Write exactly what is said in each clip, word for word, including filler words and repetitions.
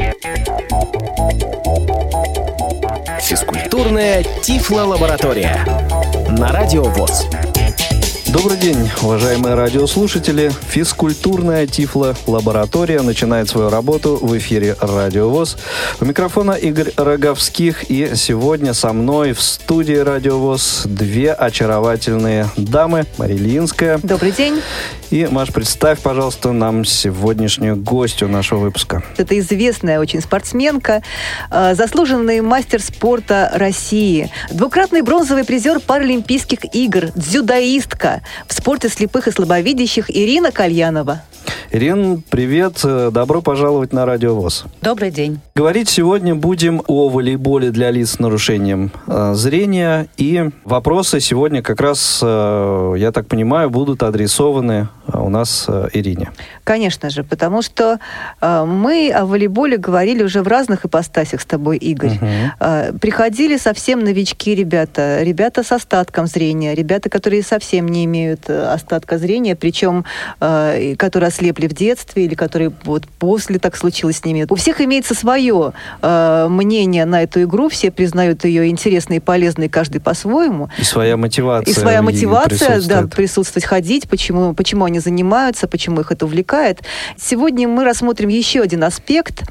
Физкультурная Тифло-лаборатория на Радио ВОС. Добрый день, уважаемые радиослушатели. Физкультурная Тифло-лаборатория начинает свою работу в эфире Радио ВОС. У микрофона Игорь Роговских, и сегодня со мной в студии Радио ВОС две очаровательные дамы. Мария Ильинская. Добрый день. И, Маш, представь, пожалуйста, нам сегодняшнюю гостью нашего выпуска. Это известная очень спортсменка, заслуженный мастер спорта России, двукратный бронзовый призер Паралимпийских игр, дзюдоистка в спорте слепых и слабовидящих Ирина Кальянова. Ирина, привет, добро пожаловать на Радио ВОС. Добрый день. Говорить сегодня будем о волейболе для лиц с нарушением э, зрения, и вопросы сегодня как раз, э, я так понимаю, будут адресованы э, у нас э, Ирине. Конечно же, потому что э, мы о волейболе говорили уже в разных ипостасях с тобой, Игорь. Угу. Э, приходили совсем новички ребята, ребята с остатком зрения, ребята, которые совсем не имеют остатка зрения, причем э, которые ослепли в детстве или которые вот после так случилось с ними. У всех имеется свое э, мнение на эту игру, все признают ее интересной и полезной, каждый по-своему. И своя мотивация. И своя мотивация, да, присутствует. присутствовать, ходить, почему, почему они занимаются, почему их это увлекает. Сегодня мы рассмотрим еще один аспект.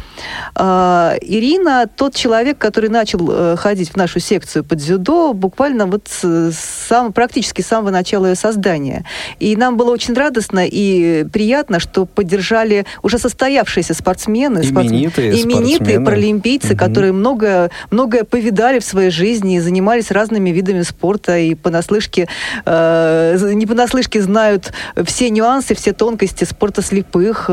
Э, Ирина тот человек, который начал э, ходить в нашу секцию по дзюдо буквально вот с, сам, практически с самого начала ее создания. И нам было очень радостно и приятно, что поддержали уже состоявшиеся спортсмены, именитые, спортсмены, именитые паралимпийцы, угу. которые многое, многое повидали в своей жизни и занимались разными видами спорта, и понаслышке, э, не понаслышке знают все нюансы, все тонкости спорта слепых.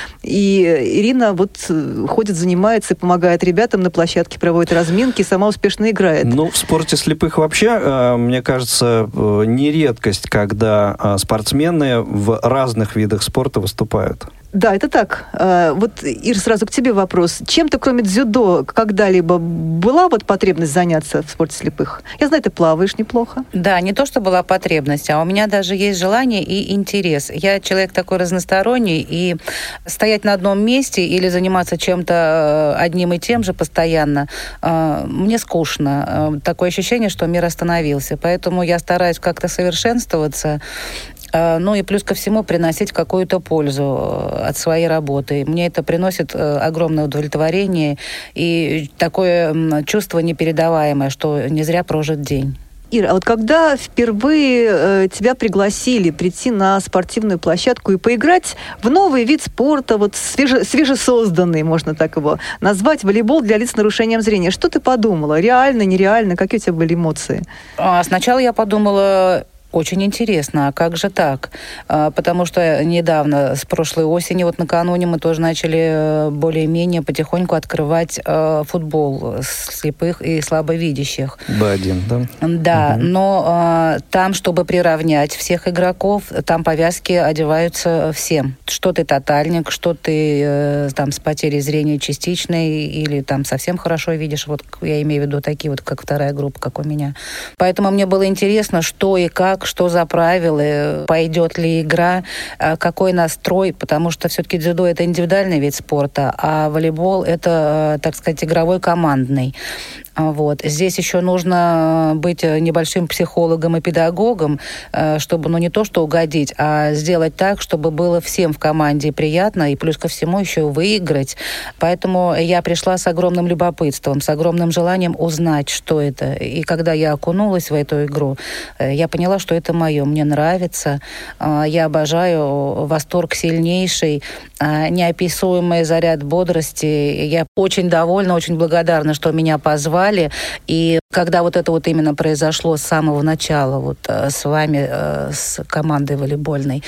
И Ирина вот ходит, занимается и помогает ребятам на площадке, проводит разминки, сама успешно играет. Ну, в спорте слепых вообще, мне кажется, не редкость, когда спортсмены в разных видах спорта выступают. Да, это так. Вот, Ир, сразу к тебе вопрос. Чем-то, кроме дзюдо, когда-либо была вот потребность заняться в спорте слепых? Я знаю, ты плаваешь неплохо. Да, не то, что была потребность, а у меня даже есть желание и интерес. Я человек такой разносторонний, и стоять на одном месте или заниматься чем-то одним и тем же постоянно, мне скучно. Такое ощущение, что мир остановился. Поэтому я стараюсь как-то совершенствоваться. Ну и плюс ко всему приносить какую-то пользу от своей работы. Мне это приносит огромное удовлетворение и такое чувство непередаваемое, что не зря прожит день. Ира, а вот когда впервые э, тебя пригласили прийти на спортивную площадку и поиграть в новый вид спорта, вот свеже, свежесозданный, можно так его назвать, волейбол для лиц с нарушением зрения, что ты подумала? Реально, нереально? Какие у тебя были эмоции? А, сначала я подумала... Очень интересно, а как же так? А, потому что недавно, с прошлой осени, вот накануне мы тоже начали более-менее потихоньку открывать э, футбол слепых и слабовидящих. бэ один, да? Да, угу. но э, там, чтобы приравнять всех игроков, там повязки одеваются всем. Что ты тотальник, что ты э, там с потерей зрения частичной или там совсем хорошо видишь. Вот я имею в виду такие вот, как вторая группа, как у меня. Поэтому мне было интересно, что и как, что за правила, пойдет ли игра, какой настрой, потому что все-таки дзюдо — это индивидуальный вид спорта, а волейбол — это, так сказать, игровой, командный. Вот. Здесь еще нужно быть небольшим психологом и педагогом, чтобы, ну, не то что угодить, а сделать так, чтобы было всем в команде приятно, и плюс ко всему еще выиграть. Поэтому я пришла с огромным любопытством, с огромным желанием узнать, что это. И когда я окунулась в эту игру, я поняла, что это мое, мне нравится. Я обожаю, восторг сильнейший, неописуемый заряд бодрости. Я очень довольна, очень благодарна, что меня позвали. И когда вот это вот именно произошло с самого начала вот с вами, с командой волейбольной,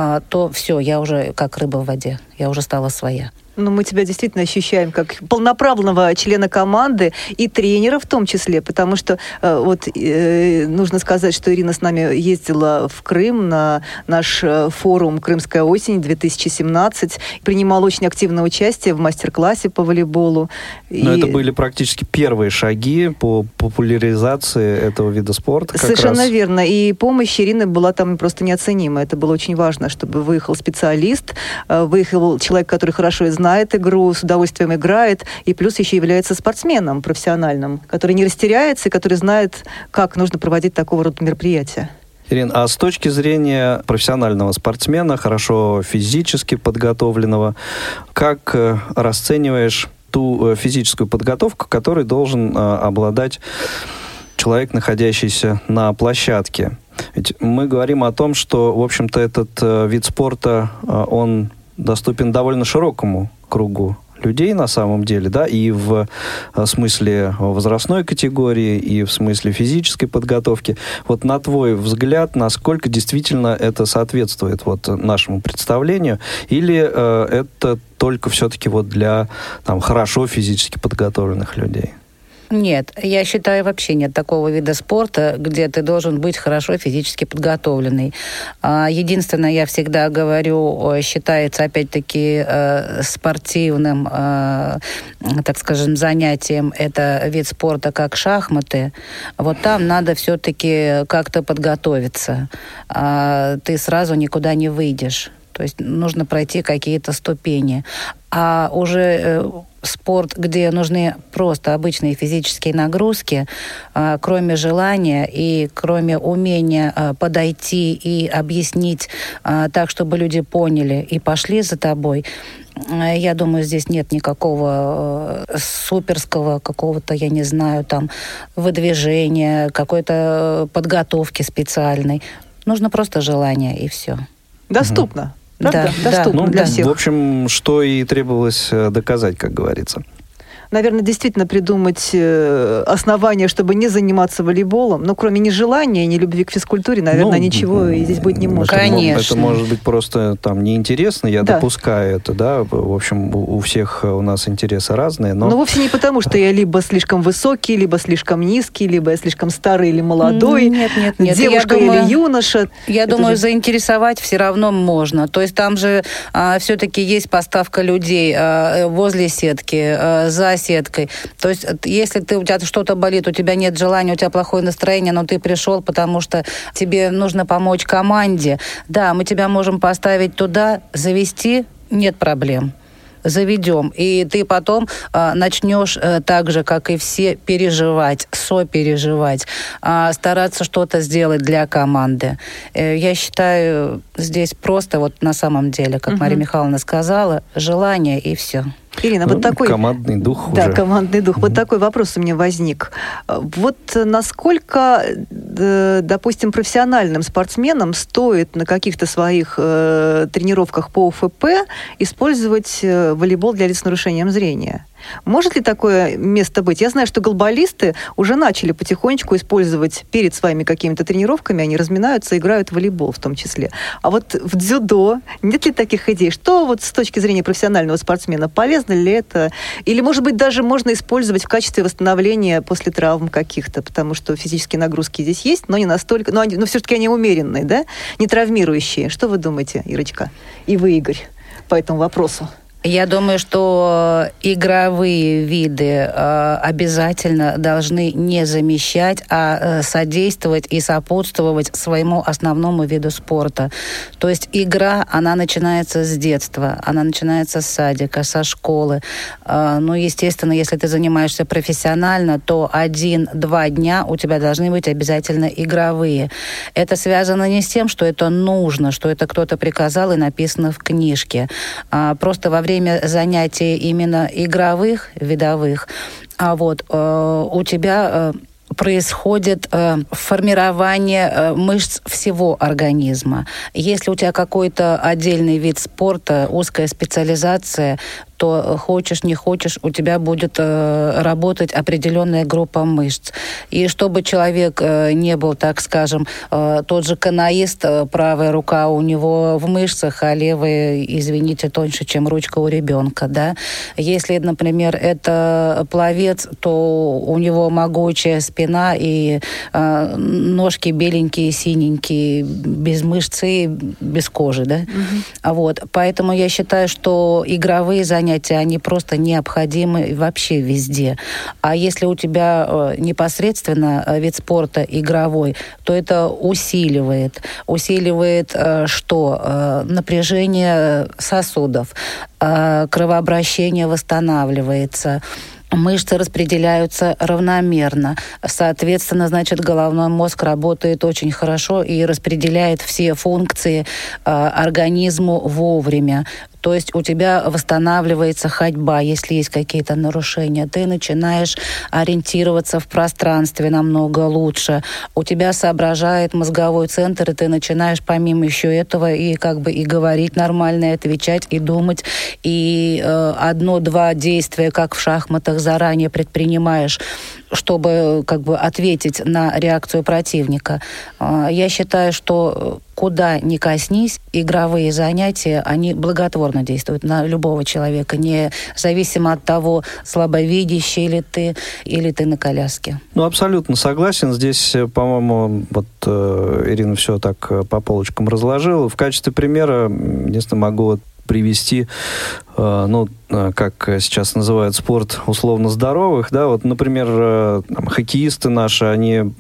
то все, я уже как рыба в воде, я уже стала своя. Ну, мы тебя действительно ощущаем как полноправного члена команды и тренера в том числе, потому что э, вот э, нужно сказать, что Ирина с нами ездила в Крым на наш форум «Крымская осень-две тысячи семнадцать», принимала очень активное участие в мастер-классе по волейболу. Но и... это были практически первые шаги по, по популяризации этого вида спорта. Как Совершенно раз. верно. И помощь Ирины была там просто неоценима. Это было очень важно, чтобы выехал специалист, выехал человек, который хорошо знает игру, с удовольствием играет, и плюс еще является спортсменом профессиональным, который не растеряется и который знает, как нужно проводить такого рода мероприятия. Ирина, а с точки зрения профессионального спортсмена, хорошо физически подготовленного, как расцениваешь ту физическую подготовку, которой должен обладать человек, находящийся на площадке? Ведь мы говорим о том, что, в общем-то, этот вид спорта, он доступен довольно широкому кругу людей на самом деле, да, и в смысле возрастной категории, и в смысле физической подготовки. Вот на твой взгляд, насколько действительно это соответствует вот нашему представлению, или э, это только все-таки вот для там, хорошо физически подготовленных людей? Нет, я считаю, вообще нет такого вида спорта, где ты должен быть хорошо физически подготовленный. Единственное, я всегда говорю, считается, опять-таки, спортивным, так скажем, занятием, это вид спорта, как шахматы. Вот там надо все-таки как-то подготовиться. Ты сразу никуда не выйдешь. То есть нужно пройти какие-то ступени. А уже э, спорт, где нужны просто обычные физические нагрузки, э, кроме желания и кроме умения э, подойти и объяснить э, так, чтобы люди поняли и пошли за тобой, э, я думаю, здесь нет никакого э, суперского какого-то, я не знаю, там, выдвижения, какой-то подготовки специальной. Нужно просто желание, и все. Доступно. Правда? Да, Доступно Ну, для всех. в общем, что и требовалось доказать, как говорится. Наверное, действительно придумать основания, чтобы не заниматься волейболом. Но кроме нежелания, ни любви к физкультуре, наверное, ну, ничего и здесь быть не может. Это, Конечно. Это может быть просто там неинтересно, я Да. допускаю это, да. В общем, у, у всех у нас интересы разные, но... Но вовсе не потому, что я либо слишком высокий, либо слишком низкий, либо я слишком старый или молодой, Нет, нет, нет. девушка Я думаю, или юноша. Я Это думаю, же- заинтересовать все равно можно. То есть там же а, все-таки есть поставка людей а, возле сетки, а, за сеткой. То есть если ты, у тебя что-то болит, у тебя нет желания, у тебя плохое настроение, но ты пришел, потому что тебе нужно помочь команде, да, мы тебя можем поставить туда, завести, нет проблем. Заведем. И ты потом а, начнешь а, так же, как и все, переживать, сопереживать, а, стараться что-то сделать для команды. Э, я считаю, здесь просто вот на самом деле, как Мгм. Мария Михайловна сказала, желание и все. Ирина, Ну, вот такой... командный дух Да, уже. командный дух. Вот такой вопрос у меня возник. Вот насколько, э, допустим, профессиональным спортсменам стоит на каких-то своих э, тренировках по ОФП использовать э, волейбол для лиц с нарушением зрения? Может ли такое место быть? Я знаю, что голболисты уже начали потихонечку использовать перед своими какими-то тренировками, они разминаются, играют в волейбол в том числе. А вот в дзюдо нет ли таких идей? Что вот с точки зрения профессионального спортсмена, полезно ли это? Или, может быть, даже можно использовать в качестве восстановления после травм каких-то, потому что физические нагрузки здесь есть, но не настолько, но, они, но все-таки они умеренные, да? Не травмирующие. Что вы думаете, Ирочка? И вы, Игорь, по этому вопросу? Я думаю, что игровые виды э, обязательно должны не замещать, а э, содействовать и сопутствовать своему основному виду спорта. То есть игра, она начинается с детства, она начинается с садика, со школы. Э, ну, естественно, если ты занимаешься профессионально, то один-два дня у тебя должны быть обязательно игровые. Это связано не с тем, что это нужно, что это кто-то приказал и написано в книжке. А просто во время время занятий именно игровых, видовых, а вот э, у тебя э, происходит э, формирование э, мышц всего организма. Если у тебя какой-то отдельный вид спорта, узкая специализация, то хочешь, не хочешь, у тебя будет э, работать определенная группа мышц. И чтобы человек э, не был, так скажем, э, тот же каноист, э, правая рука у него в мышцах, а левая, извините, тоньше, чем ручка у ребенка, да. Если, например, это пловец, то у него могучая спина и э, ножки беленькие, синенькие, без мышцы, без кожи, да. Mm-hmm. Вот. Поэтому я считаю, что игровые занятия занятия, они просто необходимы вообще везде. А если у тебя непосредственно вид спорта игровой, то это усиливает. Усиливает что? Напряжение сосудов, кровообращение восстанавливается, мышцы распределяются равномерно. Соответственно, значит, головной мозг работает очень хорошо и распределяет все функции э, организму вовремя. То есть у тебя восстанавливается ходьба, если есть какие-то нарушения. Ты начинаешь ориентироваться в пространстве намного лучше. У тебя соображает мозговой центр, и ты начинаешь помимо еще этого и как бы и говорить нормально, и отвечать, и думать. И э, одно-два действия, как в шахматах, заранее предпринимаешь, чтобы как бы ответить на реакцию противника. Э, я считаю, что куда ни коснись, игровые занятия, они благотворно действуют на любого человека, независимо от того, слабовидящий ли ты, или ты на коляске. Ну, абсолютно согласен. Здесь, по-моему, вот э, Ирина все так по полочкам разложила. В качестве примера, единственное, могу вот привести, э, ну, как сейчас называют спорт условно здоровых, да, вот, например, э, там, хоккеисты наши, они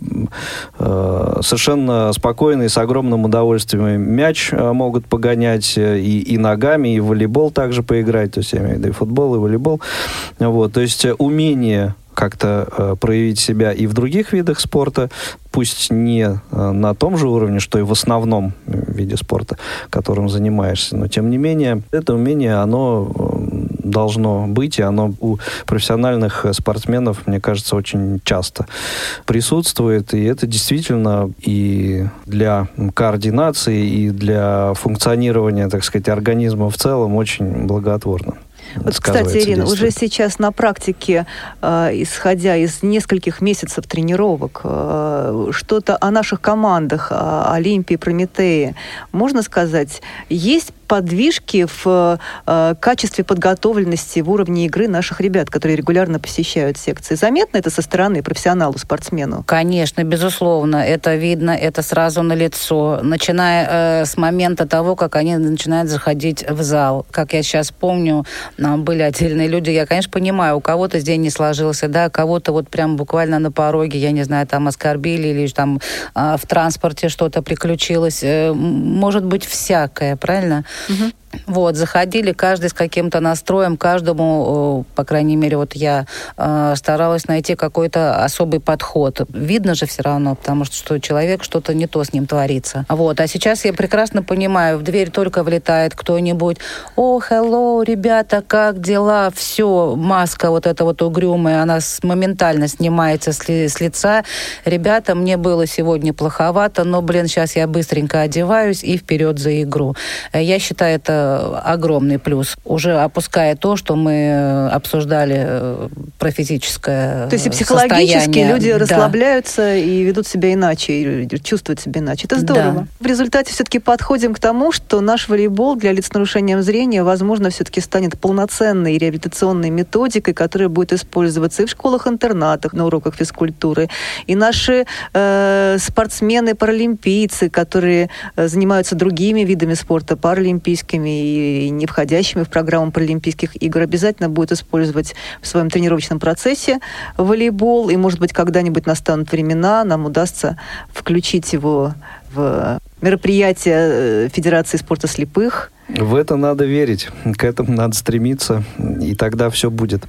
э, совершенно спокойно и с огромным удовольствием мяч э, могут погонять и, и ногами, и в волейбол также поиграть, то есть я имею в виду и футбол, и волейбол, вот, то есть умение как-то э, проявить себя и в других видах спорта, пусть не э, на том же уровне, что и в основном виде спорта, которым занимаешься, но тем не менее, это умение, оно э, должно быть, и оно у профессиональных спортсменов, мне кажется, очень часто присутствует, и это действительно и для координации, и для функционирования, так сказать, организма в целом очень благотворно. Вот, кстати, Ирина, уже сейчас на практике, э, исходя из нескольких месяцев тренировок, э, что-то о наших командах, о Олимпии, Прометее, можно сказать, есть подвижки в э, качестве подготовленности в уровне игры наших ребят, которые регулярно посещают секции? Заметно это со стороны профессионалу-спортсмену? Конечно, безусловно. Это видно, это сразу налицо. Начиная э, с момента того, как они начинают заходить в зал. Как я сейчас помню, были отдельные люди, я, конечно, понимаю, у кого-то день не сложился, да, кого-то вот прям буквально на пороге, я не знаю, там оскорбили или там э, в транспорте что-то приключилось. Э, может быть, всякое, правильно? Угу. Вот, заходили каждый с каким-то настроем, каждому, по крайней мере, вот я э, старалась найти какой-то особый подход. Видно же все равно, потому что, что человек, что-то не то с ним творится. Вот, а сейчас я прекрасно понимаю, в дверь только влетает кто-нибудь. О, hello, ребята, как дела? Все, маска вот эта вот угрюмая, она моментально снимается с, ли, с лица. Ребята, мне было сегодня плоховато, но, блин, сейчас я быстренько одеваюсь и вперед за игру. Я считаю, это огромный плюс. Уже опуская то, что мы обсуждали про физическое состояние. То есть и психологически люди да. расслабляются и ведут себя иначе, и чувствуют себя иначе. Это здорово. Да. В результате все-таки подходим к тому, что наш волейбол для лиц с нарушением зрения, возможно, все-таки станет полноценной реабилитационной методикой, которая будет использоваться и в школах-интернатах, на уроках физкультуры. И наши э, спортсмены, паралимпийцы, которые э, занимаются другими видами спорта, паралимпийскими, и не входящими в программу Паралимпийских игр, обязательно будет использовать в своем тренировочном процессе волейбол, и, может быть, когда-нибудь настанут времена, нам удастся включить его в мероприятия Федерации спорта слепых. В это надо верить, к этому надо стремиться, и тогда все будет.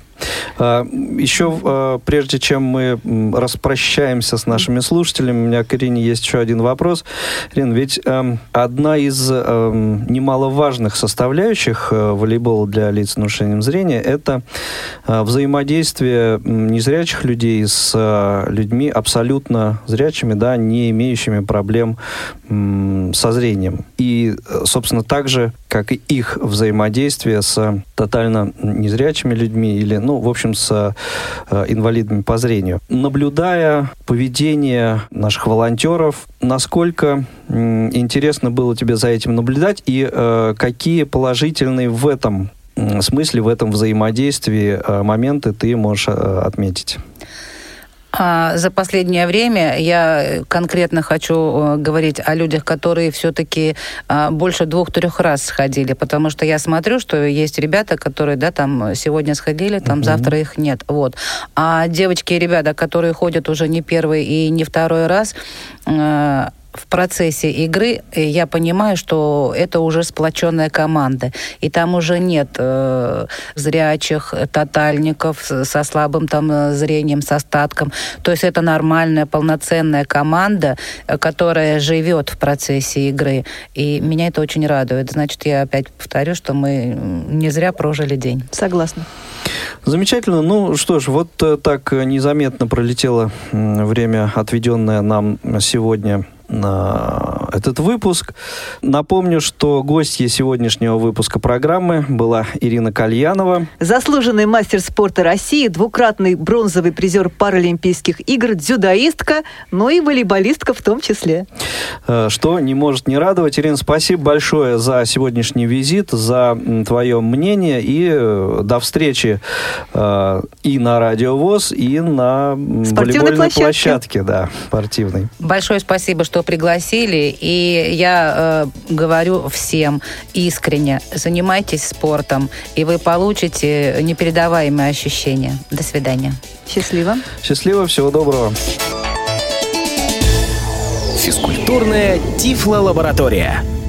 Еще, прежде чем мы распрощаемся с нашими слушателями, у меня к Ирине есть еще один вопрос. Ирина, ведь одна из немаловажных составляющих волейбола для лиц с нарушением зрения – это взаимодействие незрячих людей с людьми абсолютно зрячими, да, не имеющими проблем со зрением. И, собственно, так же, как и их взаимодействие с тотально незрячими людьми или, ну, в общем, с э, инвалидами по зрению. Наблюдая поведение наших волонтеров, насколько э, интересно было тебе за этим наблюдать и э, какие положительные в этом э, смысле, в этом взаимодействии э, моменты ты можешь э, отметить? А за последнее время я конкретно хочу говорить о людях, которые все-таки больше двух-трех раз сходили, потому что я смотрю, что есть ребята, которые, да, там сегодня сходили, там uh-huh. завтра их нет, вот. А девочки и ребята, которые ходят уже не первый и не второй раз, в процессе игры я понимаю, что это уже сплоченная команда. И там уже нет э, зрячих, тотальников со слабым там зрением, с остатком. То есть это нормальная, полноценная команда, которая живет в процессе игры. И меня это очень радует. Значит, я опять повторю, что мы не зря прожили день. Согласна. Замечательно. Ну что ж, вот так незаметно пролетело время, отведенное нам сегодня на этот выпуск. Напомню, что гостьей сегодняшнего выпуска программы была Ирина Кальянова. Заслуженный мастер спорта России, двукратный бронзовый призер Паралимпийских игр, дзюдоистка, но и волейболистка в том числе. Что не может не радовать. Ирина, спасибо большое за сегодняшний визит, за твое мнение, и до встречи э, и на Радио ВОС, и на волейбольной площадке. площадке, да, спортивной. Большое спасибо, что пригласили, и я э, говорю всем искренне, занимайтесь спортом, и вы получите непередаваемые ощущения. До свидания. Счастливо. Счастливо, всего доброго. Физкультурная Тифло-лаборатория.